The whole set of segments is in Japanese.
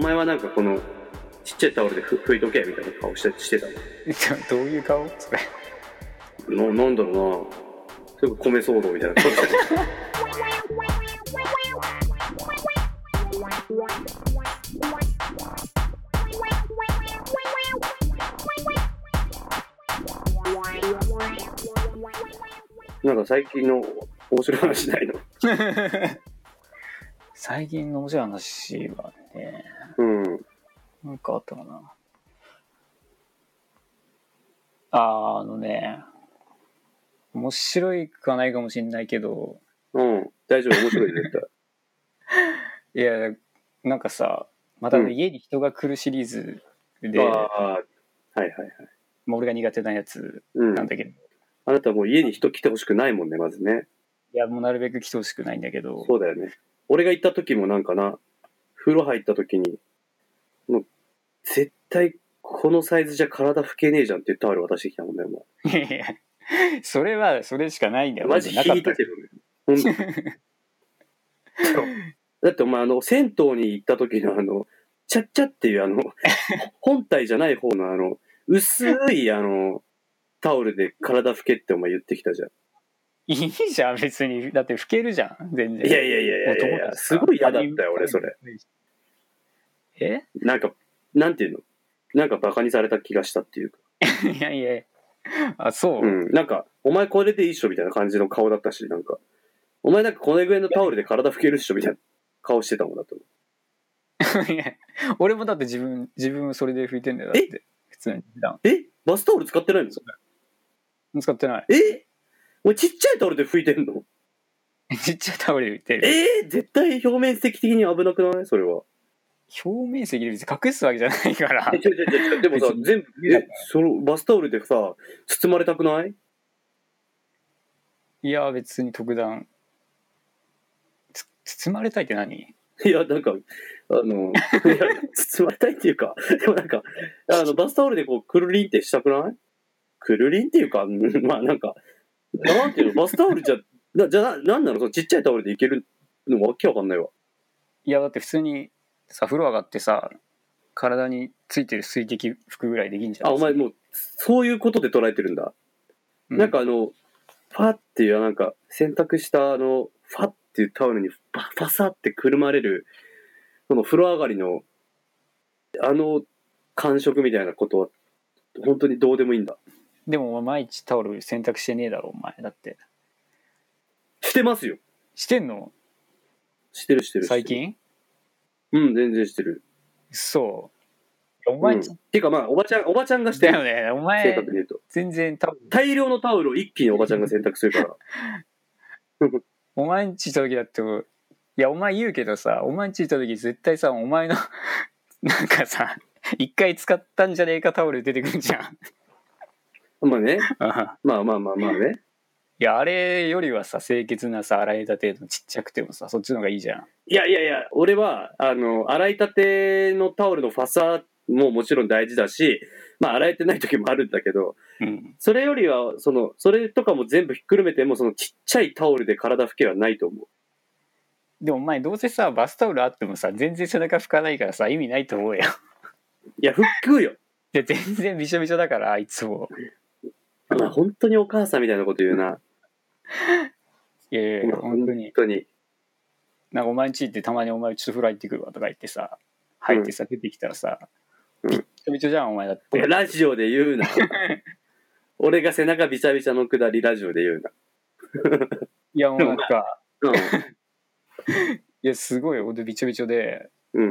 前はなんかこのちっちゃいタオルで拭いとけみたいな顔してたどういう顔それ。 なんだろうな、それこそ米騒動みたいな顔してたなんか最近の面白い話ないの最近の面白い話はね、なんかあったかな。面白いかないかもしれないけど、 大丈夫、面白い絶対いや、なんかさ、また家に人が来るシリーズで、 はいはいはい。 俺が苦手なやつなんだけど、 あなたもう家に人来てほしくないもんね、まずね。 いや、もうなるべく来てほしくないんだけど。 そうだよね。俺が行った時もなんかな、風呂入った時に、もう絶対このサイズじゃ体拭けねえじゃんってタオル渡してきたもんね、お前。 いやいや、それしかないんだよ。 マジ引いたけどね。ほんとだってお前銭湯に行った時のチャッチャっていう本体じゃない方の薄いタオルで体拭けってお前言ってきたじゃん。 いいじゃん、別に。だって拭けるじゃん、全然。 いや、すごい嫌だったよ、俺、それ。なんか、なんていうの、なんかバカにされた気がしたっていうか。 いやいや、あ、そう。 なんか、お前これでいいっしょみたいな感じの顔だったし、なんか、お前なんかこれぐらいのタオルで体拭けるっしょみたいな顔してたもんだと思う。いや、俺もだって自分それで拭いてんだよ、だって。普通に。 バスタオル使ってないの？ 使ってない。 俺ちっちゃいタオルで拭いてんの？ ちっちゃいタオルで拭いてる。 絶対表面積的に危なくない？それは。 表面積で別に隠すわけじゃないから。 でもさ、全部、そのバスタオルでさ、包まれたくない？ いや、別に特段。包まれたいって何？ いや、なんか、いや包まれたいっていうか、でもなんか、バスタオルでこう、くるりんってしたくない？くるりんっていうか、まあなんか、なんていうの、バスタオルなんなの？そのちっちゃいタオルでいけるのわけわかんないわ。 いや、だって普通にさ、風呂上がってさ、体についてる水滴拭くぐらいできんじゃん。 お前もう、そういうことで捉えてるんだ。なんかファっていう、なんか、洗濯したファっていうタオルにファサってくるまれる、その風呂上がりの、感触みたいなことは、本当にどうでもいいんだ。 でも毎日タオル洗濯してねえだろ、お前。だって。 してますよ。 してんの？ してる。 最近？ 全然してる。 そう。お前、 てかまあ、おばちゃんがしてる。 だよね、お前。 正確に言うと。 全然大量のタオルを一気におばちゃんが洗濯するから。 お前んち行った時だって、いや、お前言うけどさ、お前んち行った時絶対さ、お前の、なんかさ、一回使ったんじゃねえかタオル出てくるじゃん。 まあね。まあね。 いや、あれよりはさ、清潔なさ、洗いたてのちっちゃくてもさ、そっちの方がいいじゃん。 いや、俺は、洗いたてのタオルのファサももちろん大事だし、まあ、洗えてない時もあるんだけど、それよりは、それとかも全部ひっくるめても、そのちっちゃいタオルで体拭けはないと思う。 でもお前、どうせさ、バスタオルあってもさ、全然背中拭かないからさ、意味ないと思うよ。 いや、拭くよ。 で、全然びしょびしょだから、いつも。 まあ、本当にお母さんみたいなこと言うな。 いや、本当に。なんかお前んち行ってたまにお前ちょっと風呂入ってくるわとか言ってさ、入ってさ、出てきたらさ、びっちょびちょじゃん、お前だって。 ラジオで言うな。俺が背中びちゃびちゃのくだりラジオで言うな。 いや、もうなんか、いや、すごいよ、びちょびちょで、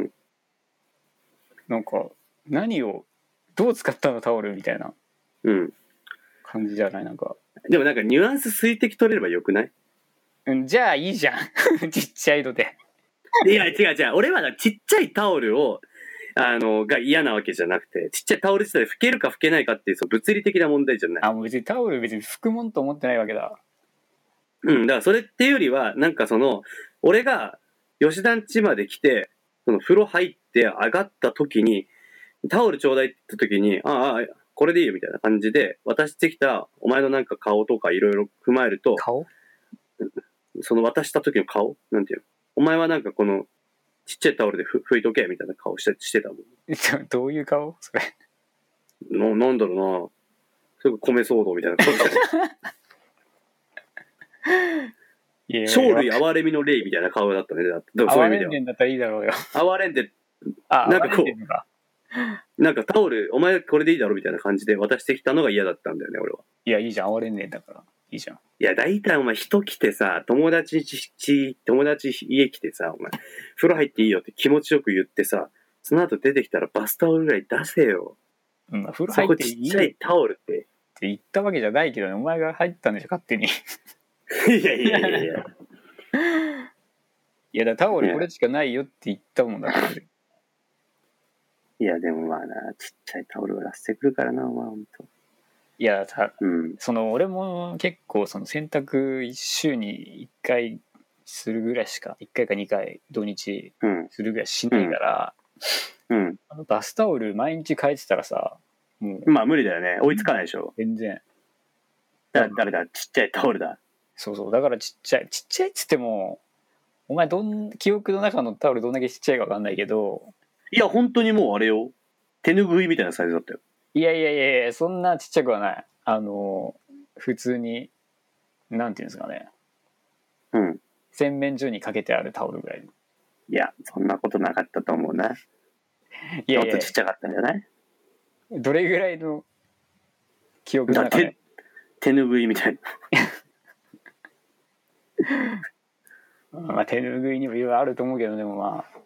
なんか、どう使ったのタオルみたいな感じじゃない？なんか。 でもなんかニュアンス水滴取れればよくない？ じゃあいいじゃん。ちっちゃいので。 いや、違う。俺はちっちゃいタオルを、が嫌なわけじゃなくて、ちっちゃいタオル自体拭けるか拭けないかっていう、物理的な問題じゃない。 もう別にタオル別に拭くもんと思ってないわけだ。 だからそれっていうよりは、なんか俺が吉田ん家まで来て、風呂入って上がった時に、タオルちょうだいって言った時に、これでいいよみたいな感じで渡してきたお前のなんか顔とかいろいろ踏まえると、 顔？ その渡した時の顔なんていうの？お前はなんかこのちっちゃいタオルで拭いとけみたいな顔してたもん。 どういう顔それ。 なんだろうな。それ米騒動みたいな顔して生類憐れみの霊みたいな顔だったね。だってそういう意味では。 哀れんでんだったらいいだろうよ。 哀れんで、 なんかこう、なんかタオル、お前これでいいだろみたいな感じで渡してきたのが嫌だったんだよね、俺は。 いや、いいじゃん、哀れんでんだから。いいじゃん。 いや、大体お前人来てさ、友達家来てさ、お前、風呂入っていいよって気持ちよく言ってさ、その後出てきたらバスタオルぐらい出せよ。 うん、風呂入っていいそこちっちゃいタオルって。 って言ったわけじゃないけどね、お前が入ったんでしょ、勝手に。 いやいやいやいや。 いや、だタオルこれしかないよって言ったもんだから。 いや、でもまあな、ちっちゃいタオルは出してくるからな、お前、ほんと。 いや、 うん、 俺も結構洗濯1週に1回するぐらいしか、1回か2回土日するぐらいしないから、バスタオル毎日変えてたらさ、もうまあ無理だよね、追いつかないでしょ。 全然。 誰だ、ちっちゃいタオルだ。 そうだからちっちゃいっつっても、お前記憶の中のタオルどんだけちっちゃいか分かんないけど、 いや本当にもうあれよ、手ぬぐいみたいなサイズだったよ。 いやそんなちっちゃくはない。普通になんていうんですかね、洗面所にかけてあるタオルぐらい。 いやそんなことなかったと思うな。いやもっとちっちゃかったんじゃない？ どれぐらいの記憶の中で手ぬぐいみたいな。まあ手ぬぐいにもいろいろあると思うけど、でもまあ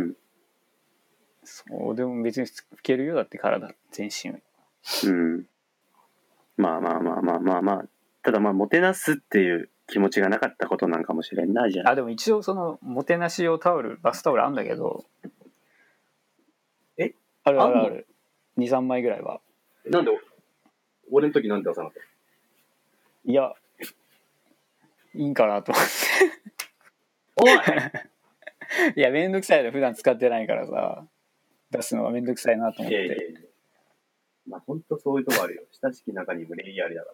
そうでも別に拭けるよ、だって体全身。 まあただまあもてなすっていう気持ちがなかったことなんかもしれんな。じゃあでも一応そのもてなし用タオル、バスタオルあんだけど、ある 2,3 枚ぐらいは。 なんで俺の時なんで出さなかった？ いやいいんかなと思っておいいやめんどくさいの、普段使ってないからさ、出すのがめんどくさいなと思って。 まあ本当そういうとこあるよ。親しき中に無理やりだから。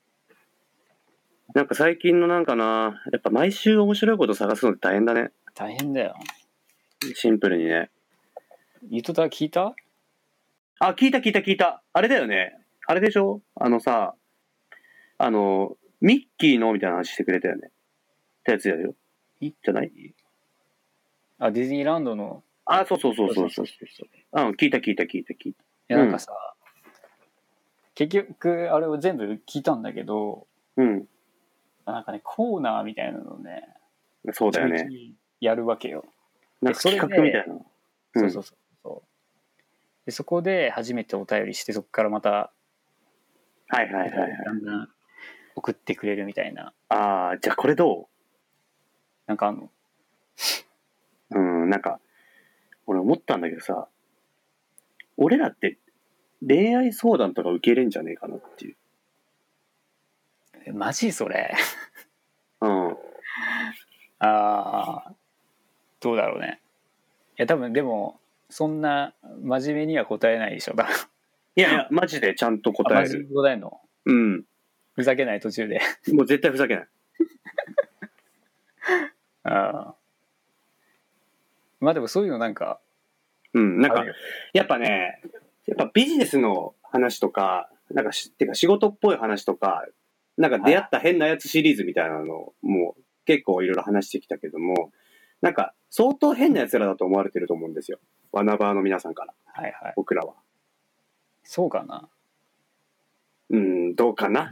なんか最近のなんかな、やっぱ毎週面白いこと探すのって大変だね。 大変だよ。 シンプルにね。 ゆとた聞いた？ あ、聞いた。あれだよね。あれでしょ？さ、ミッキーのみたいな話してくれたよね。ってやつやるよ。じゃない？ ディズニーランドの。 そう。聞いた。いやなんかさ、結局あれを全部聞いたんだけど、なんかね、コーナーみたいなのをね、 そうだよね。 やるわけよ。 なんか企画みたいな。 そう。でそこで初めてお便りして、そこからまただんだん送ってくれるみたいな。 じゃあこれどう？ なんかなんか俺思ったんだけどさ、俺らって恋愛相談とか受け入れんじゃねえかなっていう。 マジそれ？どうだろうね。いや多分でもそんな真面目には答えないでしょ。 いやマジでちゃんと答える。 マジで答えるの？ふざけない、途中で。 もう絶対ふざけない。 まあでもそういうのなんかなんかやっぱね、ビジネスの話とか、なんかてか仕事っぽい話とか、なんか出会った変なやつシリーズみたいなのも結構いろいろ話してきたけども、なんか相当変なやつらだと思われてると思うんですよ。ワナバーの皆さんから。僕らは。 そうかな。 どうかな。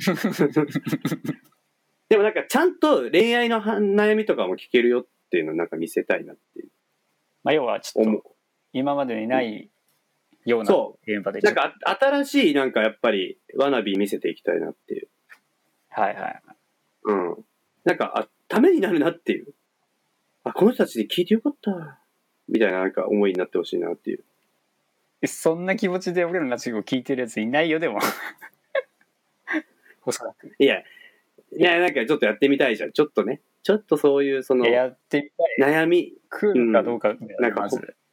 でもなんかちゃんと恋愛の悩みとかも聞けるよっていうのをなんか見せたいなっていう。 まあ要はちょっと今までにないような現場で、 なんか新しいなんかやっぱりワナビー見せていきたいなっていう。なんかためになるなっていう。この人たちで聞いてよかったみたいななんか思いになってほしいなっていう。 そんな気持ちで俺らのラジオを聞いてるやついないよ、でも。おそらく。 いやなんかちょっとやってみたいじゃん。ちょっとね、ちょっとそういうそのやってみたい悩み来るかどうか、 なんか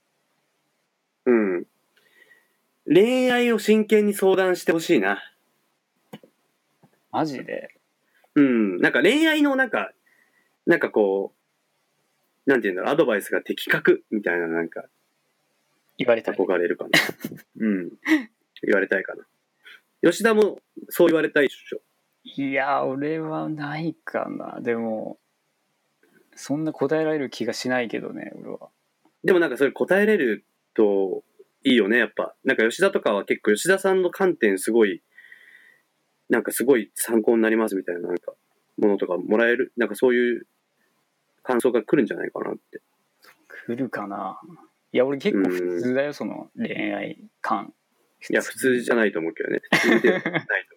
恋愛を真剣に相談してほしいな。 マジで？ なんか恋愛のなんかこなんていうんだろう、アドバイスが的確みたいな、なんか、 言われたい。 憧れるかな。うん。言われたいかな。吉田もそう言われたいでしょ。 いや、俺はないかな。でも、そんな答えられる気がしないけどね、俺は。 でもなんかそれ答えれるといいよね、やっぱ。なんか吉田とかは結構吉田さんの観点すごい、なんかすごい参考になりますみたいな、なんか、ものとかもらえる、なんかそういう感想が来るんじゃないかなって。 来るかな。いや、俺結構普通だよ、その恋愛観。 いや、普通じゃないと思うけどね。普通ではない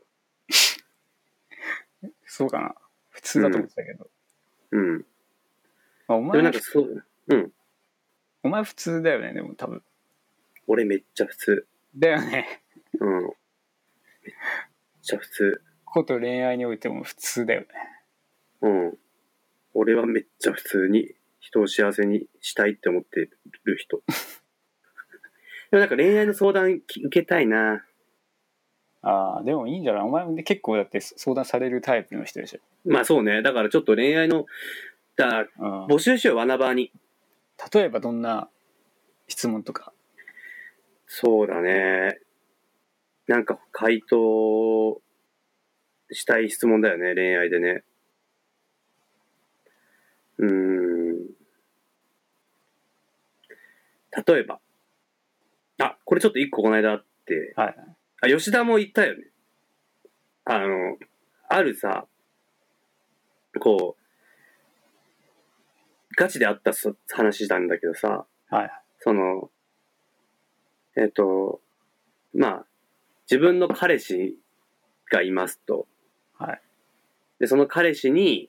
と。 そうかな。普通だと思ってたけど。 うん。 まあ、お前でもなんかそう、うん。 お前普通だよね、でも多分。 俺めっちゃ普通。 だよね。 うん。めっちゃ普通。 こと恋愛においても普通だよね。 うん。俺はめっちゃ普通に人を幸せにしたいって思ってる人。でもなんか恋愛の相談受けたいな。 ああ、でもいいんじゃない？お前も結構だって相談されるタイプの人でしょ。 まあそうね。だからちょっと恋愛の、募集しよう、ワナバーに。 例えばどんな質問とか。 そうだね。なんか回答したい質問だよね、恋愛でね。例えば。これちょっと一個この間あって。 はい。 吉田も言ったよね。あるさ、こう、ガチであった話なんだけどさ、 はい。 その、まあ、自分の彼氏がいますと。 はい。 で、その彼氏に、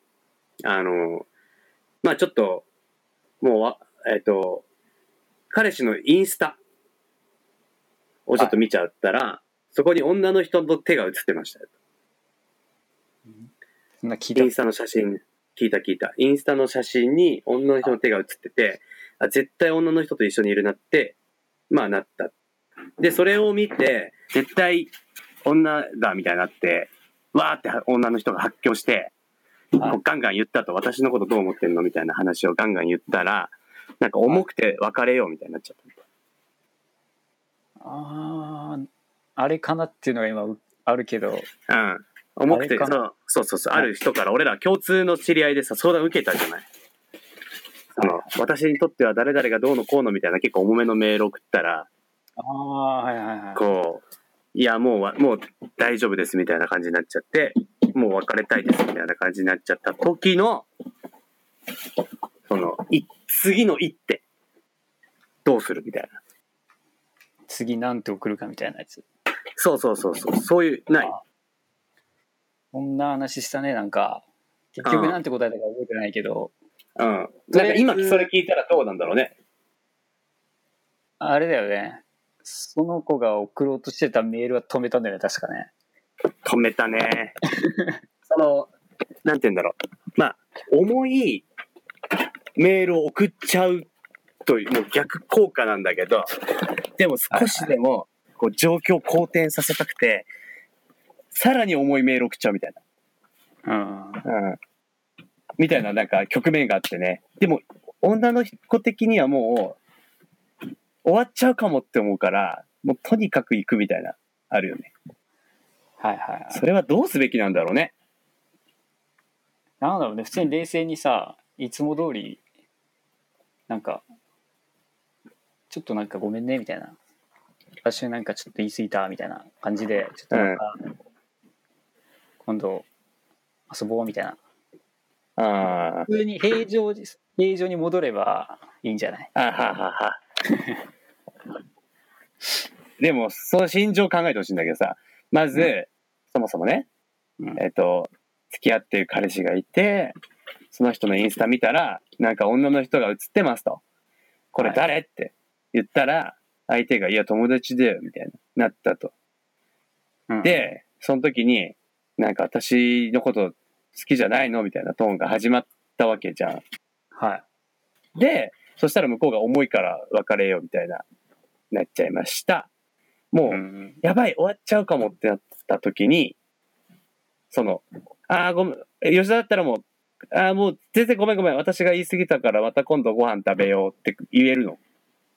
まあちょっと、もう、彼氏のインスタをちょっと見ちゃったら、はい、そこに女の人の手が写ってましたよ。 そんな聞いた？ インスタの写真、聞いた。インスタの写真に女の人の手が写ってて、絶対女の人と一緒にいるなって、まあなった。で、それを見て、絶対女だみたいになって、わーって女の人が発狂して、ガンガン言ったと、私のことどう思ってんのみたいな話をガンガン言ったら、なんか重くて別れようみたいになっちゃった。 あれかなっていうのが今あるけど。 うん。重くて、そう、ある人から俺ら共通の知り合いでさ、相談受けたじゃない。私にとっては誰々がどうのこうのみたいな結構重めのメール送ったら、 はいはいはい。 こう、いや、もう大丈夫ですみたいな感じになっちゃって、もう別れたいですみたいな感じになっちゃった時の、次の一手、どうするみたいな。 次なんて送るかみたいなやつ。 そう。そういう、ない。 こんな話したね、なんか。結局なんて答えたか覚えてないけど。 うん。なんか今それ聞いたらどうなんだろうね。 あれだよね。その子が送ろうとしてたメールは止めたんだよね、確かね。 止めたね。なんて言うんだろう。まあ、重いメールを送っちゃうという、もう逆効果なんだけど、でも少しでもこう状況を好転させたくて、さらに重いメールを送っちゃうみたいな。みたいななんか局面があってね。でも、女の子的にはもう、終わっちゃうかもって思うから、もうとにかく行くみたいな、あるよね。 はいはい。 それはどうすべきなんだろうね。 なんだろうね、普通に冷静にさ、いつも通り、なんか、ちょっとなんかごめんね、みたいな。私なんかちょっと言い過ぎた、みたいな感じで、ちょっとなんか、今度、遊ぼう、みたいな。普通に平常に戻ればいいんじゃない？ でも、その心情を考えてほしいんだけどさ、まず、そもそもね、付き合ってる彼氏がいて、その人のインスタ見たら、なんか女の人が写ってますと。これ誰って言ったら、相手が、いや、友達だよ、みたいな、なったと。で、その時に、なんか私のこと好きじゃないのみたいなトーンが始まったわけじゃん。 はい。 で、そしたら向こうが重いから別れようみたいな、なっちゃいました。もう、やばい、終わっちゃうかもってなった時に、ごめん、吉田だったらもう、 もう全然ごめん私が言い過ぎたからまた今度ご飯食べようって言えるの？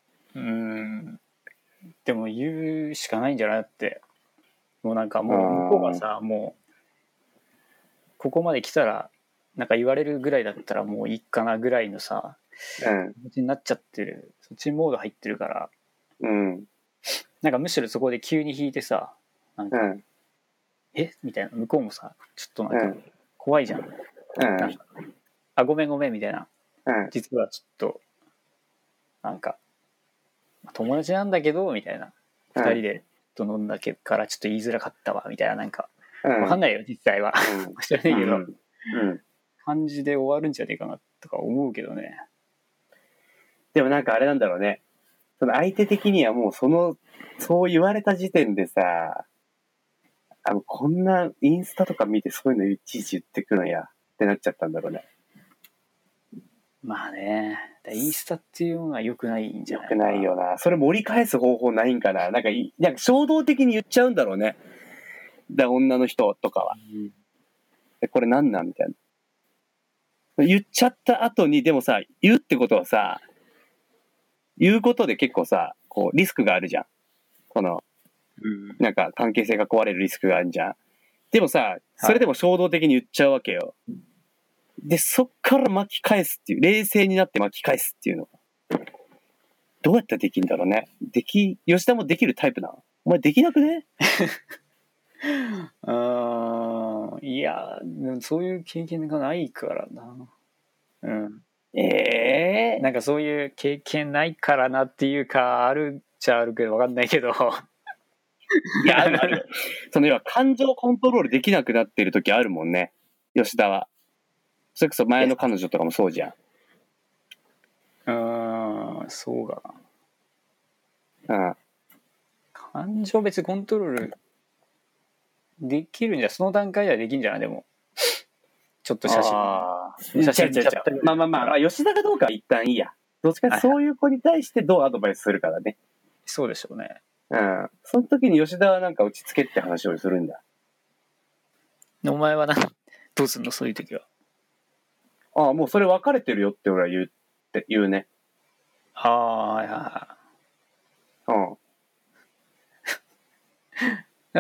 でも言うしかないんじゃないって。もうなんかもう向こうがさ、もうここまで来たらなんか言われるぐらいだったらもういいかなぐらいのさ、気持ちになっちゃってる、そっちモード入ってるから、なんかむしろそこで急に引いてさ、なんか、みたいな、向こうもさちょっとなんか怖いじゃん。なんかごめんみたいな、実はちょっとなんか友達なんだけどみたいな、2人でと飲んだ結果からちょっと言いづらかったわみたいな、なんかわかんないよ実際は知らないけど、感じで終わるんじゃねえかなとか思うけどね。 でもなんかあれなんだろうね、その相手的にはもうそう言われた時点でさ、こんなインスタとか見てそういうのいちいち言ってくのやってなっちゃったんだろうね。 まあね、インスタっていうのは良くないんじゃないかな。 良くないよな。それ盛り返す方法ないんかな。なんか衝動的に言っちゃうんだろうね。女の人とかは。これなんなんみたいな。言っちゃった後に、でもさ、言うってことはさ、言うことで結構さ、こう、リスクがあるじゃん。なんか関係性が壊れるリスクがあるじゃん。でもさ、それでも衝動的に言っちゃうわけよ。で、そっから巻き返すっていう、冷静になって巻き返すっていうの。どうやったらできるんだろうね。吉田もできるタイプなの？お前できなくね？ いや、そういう経験がないからな。なんかそういう経験ないからなっていうか、あるっちゃあるけど分かんないけど。 いや、あるよ。要は感情コントロールできなくなってる時あるもんね、吉田は。それこそ前の彼女とかもそうじゃん。 そうかな。感情別にコントロールできるんじゃ、その段階ではできるんじゃない？でもちょっと写真まあ吉田がどうかは一旦いいや。どっちかそういう子に対してどうアドバイスするからね。 そうでしょうね。 その時に吉田はなんか落ち着けって話をするんだ。 お前はどうすんのそういう時は？ もうそれ別れてるよって俺は言うね。 はいはい。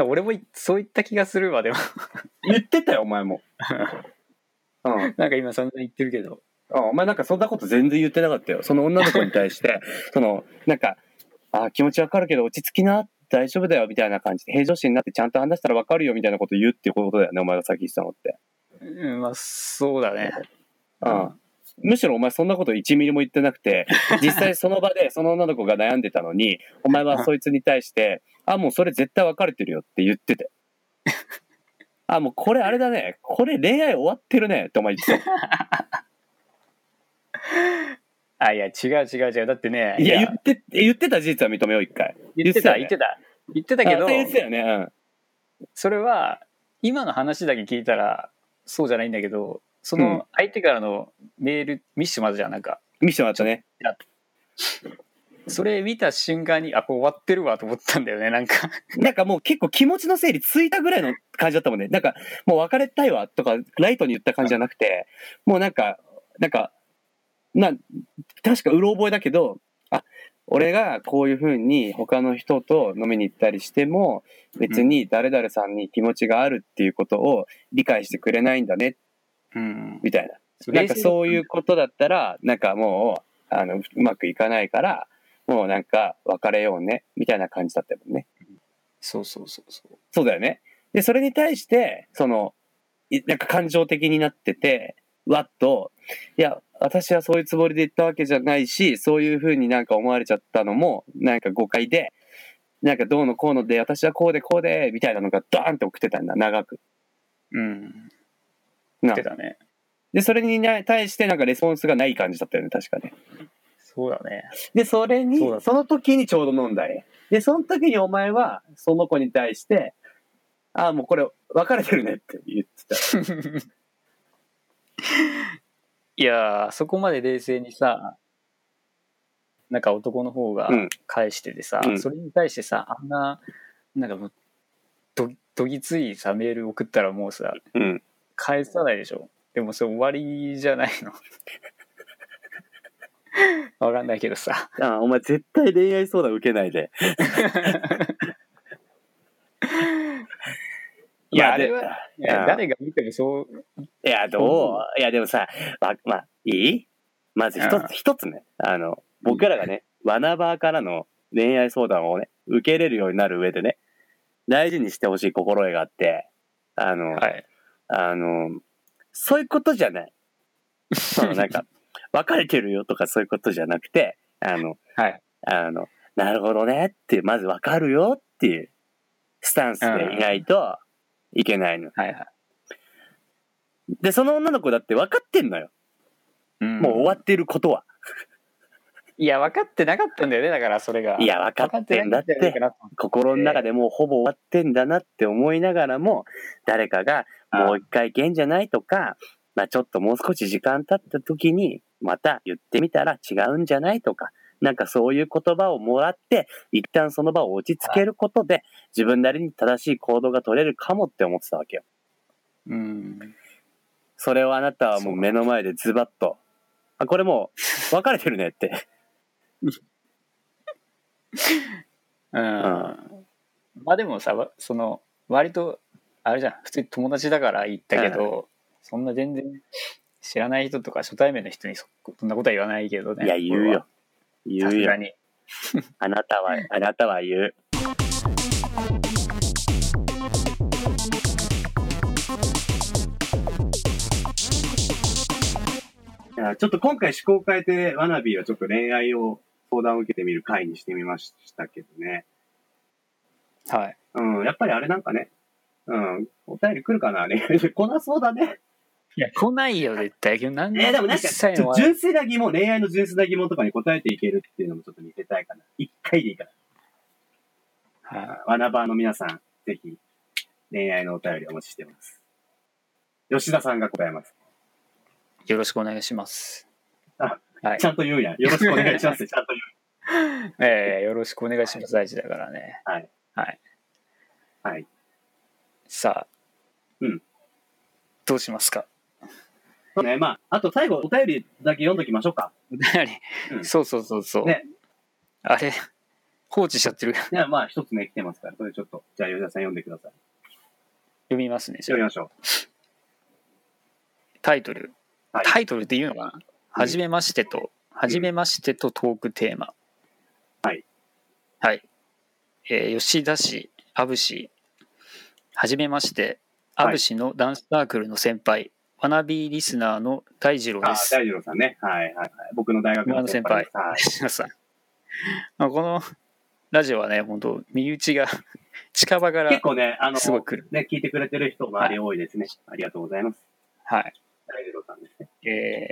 俺もそういった気がするわ。でも言ってたよお前も。 なんか今散々言ってるけど。 お前なんかそんなこと全然言ってなかったよ。その女の子に対してなんか気持ちわかるけど落ち着きな、大丈夫だよみたいな感じで平常心になってちゃんと話したらわかるよみたいなこと言うっていうことだよね、お前がさっき言ってたのって。 まあそうだね。 むしろお前そんなこと1ミリも言ってなくて、実際その場でその女の子が悩んでたのに、お前はそいつに対してもうそれ絶対別れてるよって言ってて、もうこれあれだね、これ恋愛終わってるねってお前言ってた。 いや違うだってね、 いや言ってた事実は認めよう一回。 言ってたけど、 言ってたよね。 それは今の話だけ聞いたらそうじゃないんだけど、その相手からのメール見せてもらったじゃん。なんか見せてもらったね。 それ見た瞬間にこれ終わってるわと思ったんだよね。なんかもう結構気持ちの整理ついたぐらいの感じだったもんね。なんかもう別れたいわとかライトに言った感じじゃなくて、もうなんか確かうろ覚えだけど、俺がこういう風に他の人と飲みに行ったりしても別に誰々さんに気持ちがあるっていうことを理解してくれないんだね、みたいな。なんかそういうことだったらなんかもううまくいかないからもうなんか別れようねみたいな感じだったもんね。 そうだよね。でそれに対してなんか感情的になってて、わっと、いや私はそういうつもりで言ったわけじゃないし、そういう風になんか思われちゃったのもなんか誤解で、なんかどうのこうので私はこうでみたいなのがドーンって送ってたんだ、長く。 送ってたね。 でそれに対してなんかレスポンスがない感じだったよね、確かね。 そうだね。 でその時にちょうど飲んだりで、その時にお前はその子に対してもうこれ別れてるねって言ってた。 いやそこまで冷静にさ、なんか男の方が返しててさ、それに対してさ、なんかもうどぎついさメール送ったらもうさ、返さないでしょ。 でもそれ終わりじゃないのわかんないけどさ。 お前絶対恋愛相談受けないで。 いや、あれは、誰が見てもそう。 いや、いや、でもさ、いい？まず一つね、僕らがね、ワナバーからの恋愛相談をね、受け入れるようになる上でね、大事にしてほしい心得があって、はい、そういうことじゃない。なんか、別れてるよとかそういうことじゃなくて、はい、なるほどねって、まず分かるよっていうスタンスでいないといけないの。はいはい。で、その女の子だって分かってんのよ。もう終わってることは。 いや、分かってなかったんだよね、だからそれが。 いや、分かってんだって。心の中でもうほぼ終わってんだなって思いながらも、誰かがもう一回いけんじゃないとか、ちょっともう少し時間経った時に、また言ってみたら違うんじゃないとか、なんかそういう言葉をもらって、一旦その場を落ち着けることで、自分なりに正しい行動が取れるかもって思ってたわけよ。それをあなたはもう目の前でズバッと、これもう別れてるねって。 まあでもさ、割とあれじゃん、普通に友達だから言ったけど、そんな全然知らない人とか初対面の人にそんなことは言わないけどね。 いや、言うよ。 さすがに。 あなたは言う。ちょっと今回思考を変えて、ワナビーはちょっと恋愛を相談を受けてみる回にしてみましたけどね。 はい。 やっぱりあれなんかね、お便り来るかな恋愛来なそうだね。 いや、来ないよ、絶対。でもなんか、 純粋な疑問、恋愛の純粋な疑問とかに答えていけるっていうのもちょっと見せたいかな。一回でいいから。はい。ワナバーの皆さん、ぜひ、恋愛のお便りお待ちしてます。吉田さんが答えます。 よろしくお願いします。 はい、ちゃんと言うやん。よろしくお願いします。ちゃんと言う。よろしくお願いします。大事だからね。 はい。はい。はい。 さあ。どうしますか？ そうね。あと最後、お便りだけ読んどきましょうか。 お便り、そう。ね。あれ、放置しちゃってる。 いや、一つね、来てますから、それちょっと、じゃあ吉田さん読んでください。 読みますね。 読みましょう。 タイトルっていうのかな？はじめましてとトークテーマ。 はい。 はい。吉田氏、アブ氏、はじめまして、アブ氏のダンスサークルの先輩、ワナビーリスナーの大二郎です。 大二郎さんね。はい。僕の大学の先輩。 このラジオはね、本当身内が近場から結構ね、 すごい来る。 ね、聞いてくれてる人周り多いですね。ありがとうございます。 はい。 大二郎さんですね。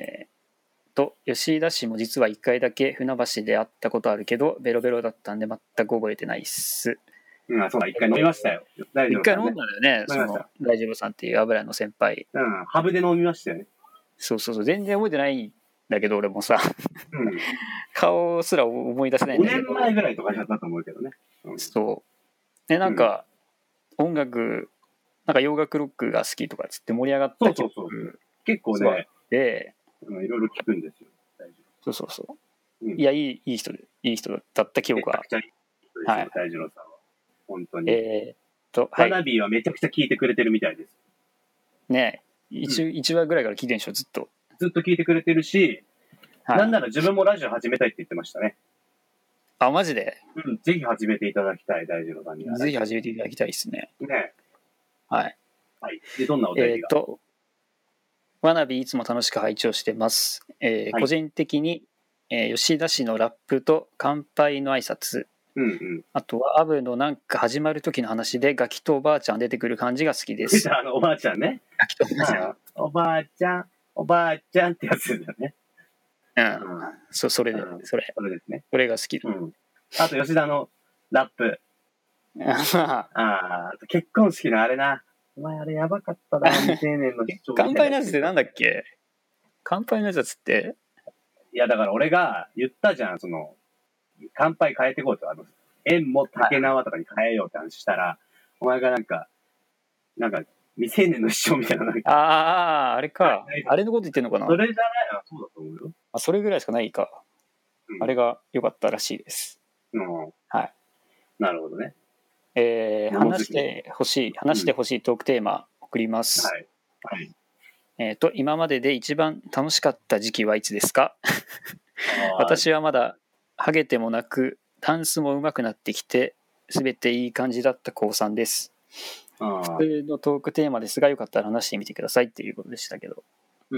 吉田氏も実は1回だけ船橋で会ったことあるけど、ベロベロだったんで全く覚えてないっす。 そうだ、1回飲みましたよ。 1回飲んだんだよね、その大二郎さんっていう油の先輩。 ハブで飲みましたよね。 そう、全然覚えてないんだけど、俺もさ、顔すら思い出せないんだけど。 5年前ぐらいとかだったと思うけどね。 そう。で、なんか、音楽、なんか洋楽ロックが好きとかっつって盛り上がった曲。 そう。結構ね、 で、 いろいろ聞くんですよ。 そう。いや、いい人だった記憶は。 はい。大二郎さんは。本当に。 ワナビーはめちゃくちゃ聞いてくれてるみたいです。 ねえ、1話ぐらいから聞いてるんでしょ、ずっと。 ずっと聞いてくれてるし、なんなら自分もラジオ始めたいって言ってましたね。 あ、マジで？ ぜひ始めていただきたい、大二郎さんには。 ぜひ始めていただきたいですね。 ね。 はい。 で、どんなお便りが？ ワナビいつも楽しく拝聴してます。個人的に、吉田氏のラップと乾杯の挨拶、あとはアブのなんか始まる時の話でガキとおばあちゃん出てくる感じが好きです。 おばあちゃんね。ガキとおばあちゃん。おばあちゃんってやつだよね。 それですね。それが好き。 あと吉田のラップ。結婚式のあれな。お前あれやばかったな、未成年の主張。 乾杯のやつってなんだっけ？乾杯のやつって？ いやだから俺が言ったじゃん、乾杯変えていこうと。縁も竹縄とかに変えようって話したら、お前がなんか、 未成年の主張みたいな。 あれか。あれのこと言ってんのかな。 それじゃないな、そうだと思うよ。 それぐらいしかないか。あれが良かったらしいです。はい。 なるほどね。 話してほしいトークテーマ送ります。 はい。はい。 今までで一番楽しかった時期はいつですか？私はまだハゲてもなくダンスも上手くなってきて全ていい感じだった高3です。これのトークテーマですがよかったら話してみてくださいっていうことでしたけど。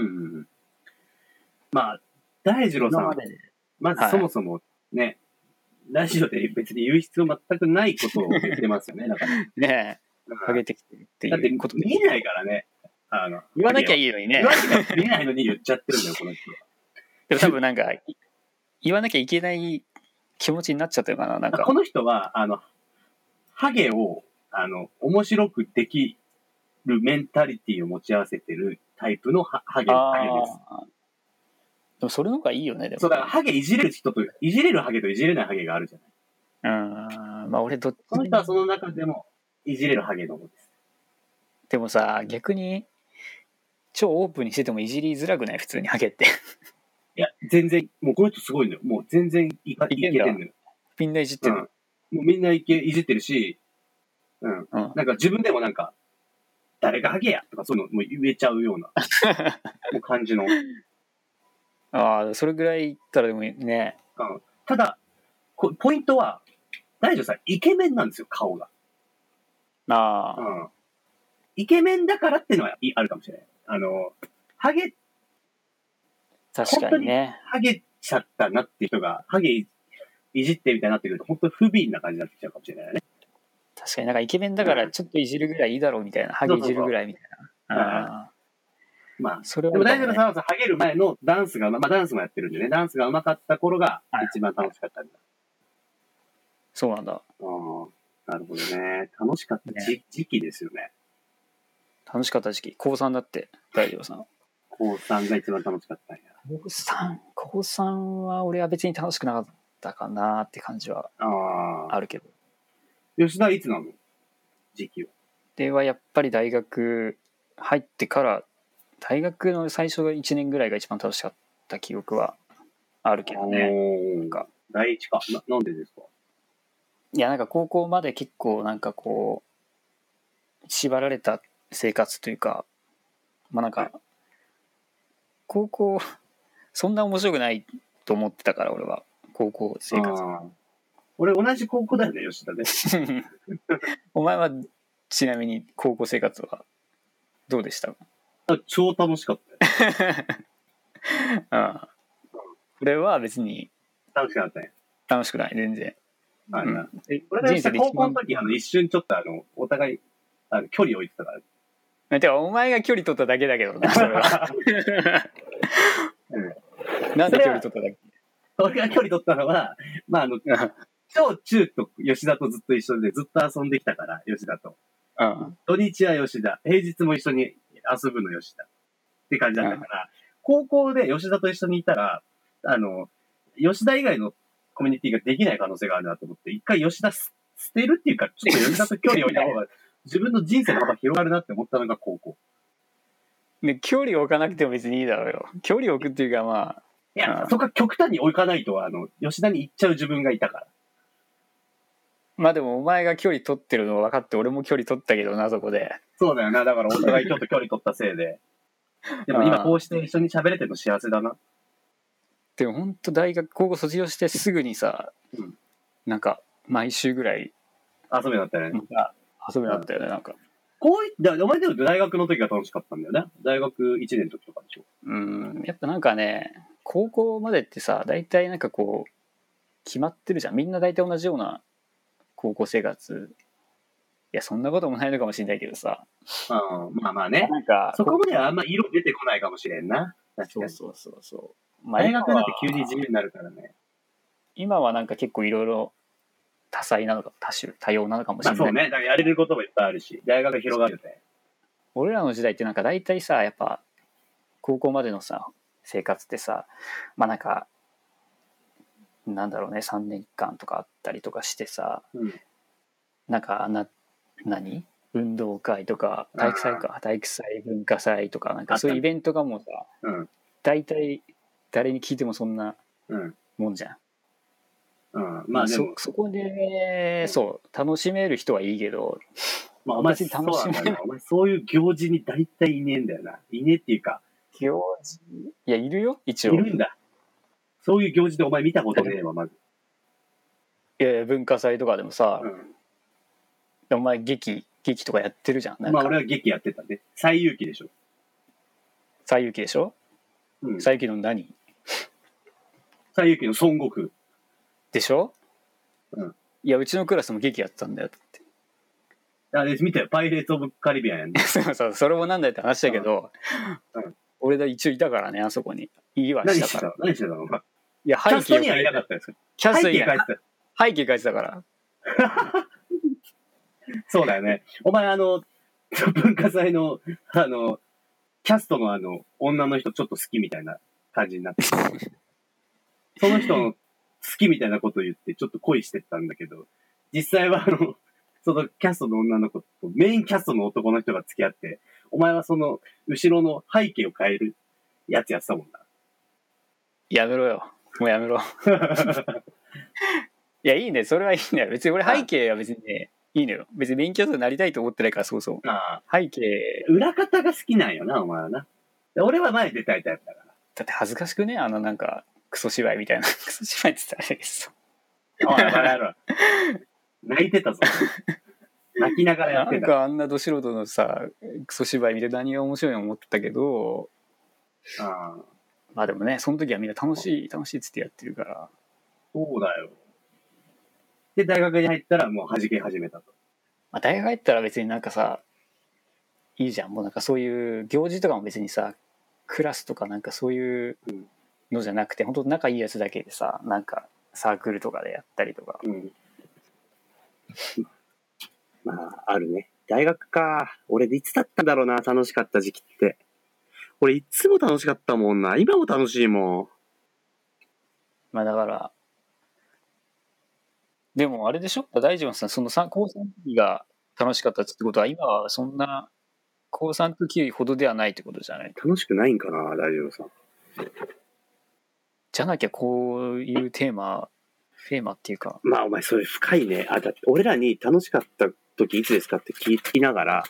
まあ大二郎さん、まずそもそもね、ラジオで別に言う必要全くないことを言ってますよね。だからねえ、ハゲてきてるっていうことで。だって見えないからね。 言わなきゃいいのにね。 見えないのに言っちゃってるんだよ、この人は。 でも多分なんか、言わなきゃいけない気持ちになっちゃったのかな、なんか。 この人は、ハゲを、面白くできるメンタリティを持ち合わせてるタイプのハゲです。 でもそれの方がいいよね、でも。 そう、だからハゲいじれる人と、いじれるハゲといじれないハゲがあるじゃない。まあ俺どっちこの人はその中でも、いじれるハゲの方です。 でもさ、逆に、超オープンにしててもいじりづらくない普通にハゲって。 いや、全然、もうこの人すごいのよ。もう全然いけてんのよ。 みんないじってる。 もうみんないじってるし、なんか自分でもなんか、誰がハゲやとかそういうのもう言えちゃうようなもう感じの。 それぐらい言ったらでもね。 ただ、ポイントは、大丈夫さ、イケメンなんですよ、顔が。イケメンだからっていうのはあるかもしれない。ハゲ、 確かにね。 ハゲちゃったなっていう人が、ハゲいじってみたいになってくると、本当に不憫な感じになってきちゃうかもしれないね。 確かになんかイケメンだからちょっといじるぐらいいいだろうみたいな、ハゲいじるぐらいみたいな。 まあ、それはでも大丈夫さんはハゲる前のダンスが、ダンスもやってるんでね、ダンスが上手かった頃が一番楽しかったんだ。 そうなんだ。 なるほどね。楽しかった時期ですよね。 楽しかった時期。高3だって、大丈夫さん。 高3が一番楽しかったんや。 高3は俺は別に楽しくなかったかなって感じはあるけど。 吉田いつなの？時期は。 ではやっぱり大学入ってから、大学の最初が1年ぐらいが一番楽しかった記憶はあるけどね。 第一か。なんでですか？ いや、なんか高校まで結構なんかこう、縛られた生活というか、なんか、高校、そんな面白くないと思ってたから、俺は。高校生活。 俺同じ高校だよね、吉田で。 お前は、ちなみに高校生活はどうでした？ 超楽しかったよ。 俺は別に。 楽しくなったね。 楽しくない、全然。 俺が高校の時、一瞬ちょっとお互い、距離を置いてたから。 てか、お前が距離取っただけだけどな、それは。なんで距離取っただけ？ 俺が距離取ったのは、小中と吉田とずっと一緒でずっと遊んできたから、吉田と。土日は吉田、平日も一緒に遊ぶの吉田。って感じだったから、高校で吉田と一緒にいたら、吉田以外のコミュニティができない可能性があるなと思って、一回吉田捨てるっていうか、ちょっと吉田と距離を置いた方が、自分の人生の幅広がるなって思ったのが高校。 ね、距離を置かなくても別にいいだろうよ。距離を置くっていうかまあ。 いや、そこは極端に置かないと、吉田に行っちゃう自分がいたから。 まあでもお前が距離取ってるの分かって、俺も距離取ったけどな、そこで。 そうだよな。だからお互いちょっと距離取ったせいで。でも今こうして一緒に喋れてるの幸せだな。 でも本当高校卒業してすぐにさ、なんか毎週ぐらい遊びになったよね。 遊びになったよね、なんか。 お前でも大学の時が楽しかったんだよね。大学1年の時とかでしょ。 やっぱなんかね、高校までってさ、大体なんかこう、決まってるじゃん。みんな大体同じような高校生活。いや、そんなこともないのかもしれないけどさ。 まあまあね。なんかそこまではあんま色出てこないかもしれんな。確かに。そう。大学だって急に自由になるからね。 今はなんか結構いろいろ多彩なのか、多様なのかもしれない。そうね。だからやれることもいっぱいあるし、大学が広がるよね。 俺らの時代ってなんか大体さ、やっぱ、高校までのさ、生活ってさ、なんか、なんだろうね、3年間とかあったりとかしてさ、なんか、何運動会とか体育祭文化祭とかなんかそういうイベントがもうさ、大体誰に聞いてもそんなもんじゃん。まあでもそこでそう楽しめる人はいいけど、 まあお前楽しめない。お前そういう行事に大体いねえんだよな。いねえっていうか行事いやいるよ一応。 いるんだ。そういう行事でお前見たことねえわまず。 いや文化祭とかでもさ、お前劇とかやってるじゃん。 まあ俺は劇やってたね。西遊記でしょ。 西遊記でしょ。西遊記の何？ 西遊記の孫悟空でしょ。いやうちのクラスも劇やってたんだよって。 あれ見たよ。パイレーツ・オブ・カリビアンやんね。 そうそれもなんだよって話だけど、俺だ一応いたからねあそこに。いいわしたから。 何してたの？いや背景にはいなかったです。 キャストに背景書いてたから。 そうだよね。お前文化祭のキャストの女の人ちょっと好きみたいな感じになってその人の好きみたいなことを言ってちょっと恋してったんだけど、実際はそのキャストの女の子とメインキャストの男の人が付き合って、お前はその後ろの背景を変えるやつやってたもんな。 やめろよ。もうやめろ。いやいいね、それはいいね。別に俺背景は別にね、いいのよ。別にメインキャストになりたいと思ってないから、そうそう。背景。 裏方が好きなんよな、お前はな。俺は前出たいタイプだから。 だって恥ずかしくね、なんか、クソ芝居みたいな。クソ芝居って言ったらあれですおい、笑えろ。泣いてたぞ。泣きながらやってた。 なんかあんなど素人のさ、クソ芝居見て何が面白いの思ってたけど、まあでもね、その時はみんな楽しいっつってやってるから。 そうだよ。で、大学に入ったらもう弾け始めたと。 まあ大学入ったら別になんかさ、いいじゃん。もうなんかそういう行事とかも別にさ、クラスとかなんかそういうのじゃなくて、本当仲いいやつだけでさ、なんかサークルとかでやったりとか。 まあ、あるね。大学か。俺いつだったんだろうな、楽しかった時期って。俺いつも楽しかったもんな。今も楽しいもん。 まあだから、でもあれでしょ、大丈夫さん、その高3の時が楽しかったってことは、今はそんな高3の時ほどではないってことじゃない？ 楽しくないんかな、大丈夫さん。 じゃなきゃこういうテーマっていうか。 まあお前それ深いね。だって俺らに楽しかった時いつですかって聞きながら。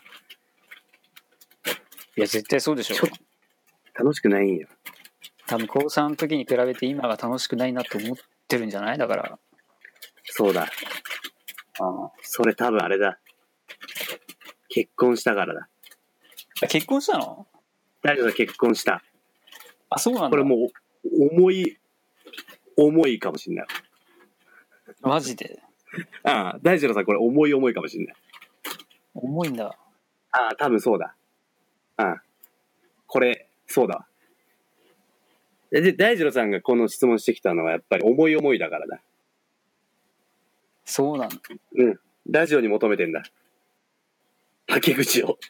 いや絶対そうでしょ。 楽しくないんよ。 多分高3の時に比べて今が楽しくないなと思ってるんじゃない？だから。 そうだ。それ多分あれだ。結婚したからだ。 結婚したの？ 大丈夫だ、結婚した。 あ、そうなんだ。 これもう重いかもしんない。 マジで？ 大丈夫さんこれ重いかもしんない。 重いんだ。 多分そうだ。これそうだ。で大二郎さんがこの質問してきたのはやっぱり重いだからだ。 そうなんだ。 ラジオに求めてんだ。はけ口を。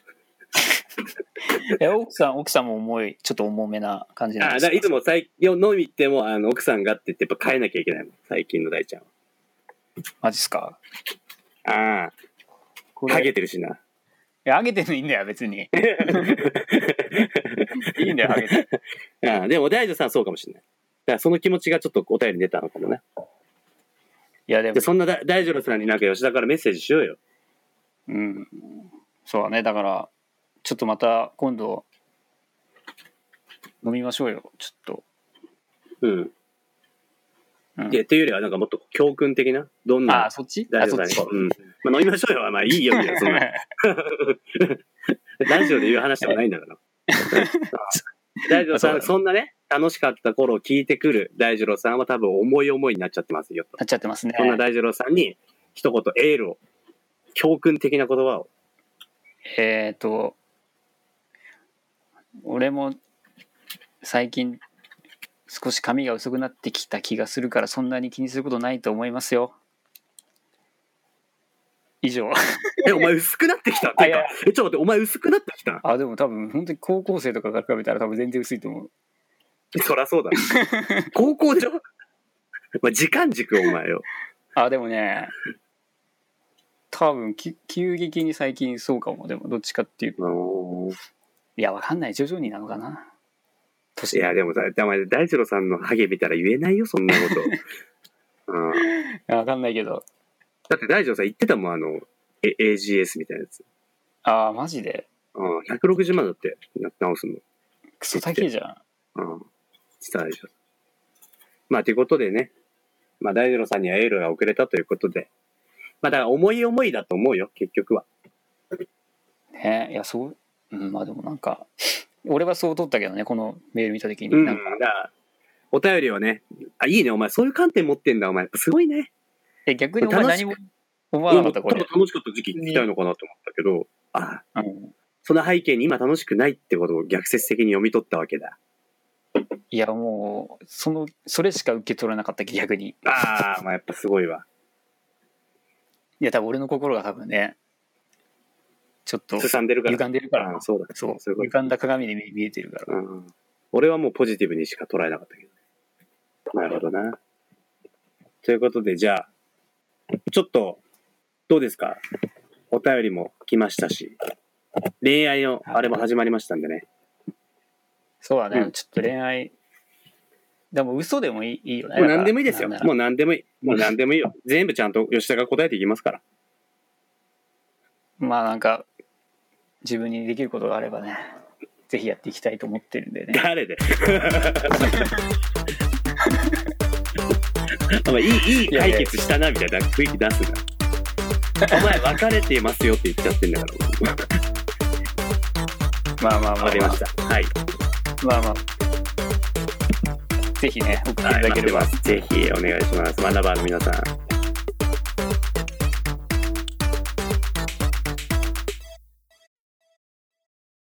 奥さんもちょっと重めな感じなんですか？ いつも飲み行っても奥さんがって言ってやっぱ変えなきゃいけないもん。最近の大ちゃんは。 マジっすか？ ハゲてるしな。 いや、ハゲてるのいいんだよ別に。いいんだよハゲて。 でも大二郎さんはそうかもしれない。だからその気持ちがちょっとお便りに出たのかもね。いやでもそんな大二郎さんになんか吉田からメッセージしようよ。 そうだね。だからちょっとまた今度飲みましょうよ。ちょっと。 いや、というよりはなんかもっと教訓的などんな。 そっち？ 大丈夫だね。まあ飲みましょうよ。まあいいよ、そんな。ラジオで言う話ではないんだから。大二郎さん、そんなね、楽しかった頃を聞いてくる大二郎さんは多分重いになっちゃってますよと。 なっちゃってますね。 そんな大二郎さんに一言エールを、教訓的な言葉を。 俺も最近少し髪が薄くなってきた気がするからそんなに気にすることないと思いますよ。以上。 お前薄くなってきたってか、ちょっと待って、お前薄くなってきた？ でも多分本当に高校生とかから比べたら多分全然薄いと思う。 そらそうだ。高校でしょ？時間軸お前よ。 でもね、 多分急激に最近そうかも。でもどっちかっていうと、いやわかんない、徐々になのかな。 いやでもさ、大二郎さんのハゲ見たら言えないよそんなこと。 いやわかんないけど。 だって大二郎さん言ってたもん、AGS みたいなやつ。 ああマジで。 160万だって直すの。 クソ高いじゃん。 したでしょ。まあということでね、まあ大二郎さんにはエールが遅れたということで、まあだから思いだと思うよ結局は。 ね、いやまあでもなんか俺はそう取ったけどね、このメール見た時になんか、 だお便りをね、いいねお前そういう観点持ってんだお前すごいね。 逆にお前何も思わなかったこれ。 楽しかった時期聞きたいのかなと思ったけど、その背景に今楽しくないってことを逆説的に読み取ったわけだ。 いやもうそれしか受け取らなかった逆に。 まあやっぱすごいわ。 いや多分俺の心が多分ねちょっと歪んでるから。そうだ。 そう歪んだ鏡で見えてるから。 俺はもうポジティブにしか捉えなかったけど。なるほどな。ということでじゃあちょっとどうですか。お便りも来ましたし、恋愛のあれも始まりましたんでね。 そうだね。ちょっと恋愛でも嘘でもいいよね。 もう何でもいいですよ。もう何でもいいよ。全部ちゃんと吉田が答えていきますから。 まあなんか自分にできることがあればね、ぜひやっていきたいと思ってるんでね。 誰でいい解決したなみたいな雰囲気出すな。お前別れてますよって言っちゃってんだから。まあわかりました。はい。 まあぜひね送っていただければ、 ぜひお願いします。マナバーの皆さん。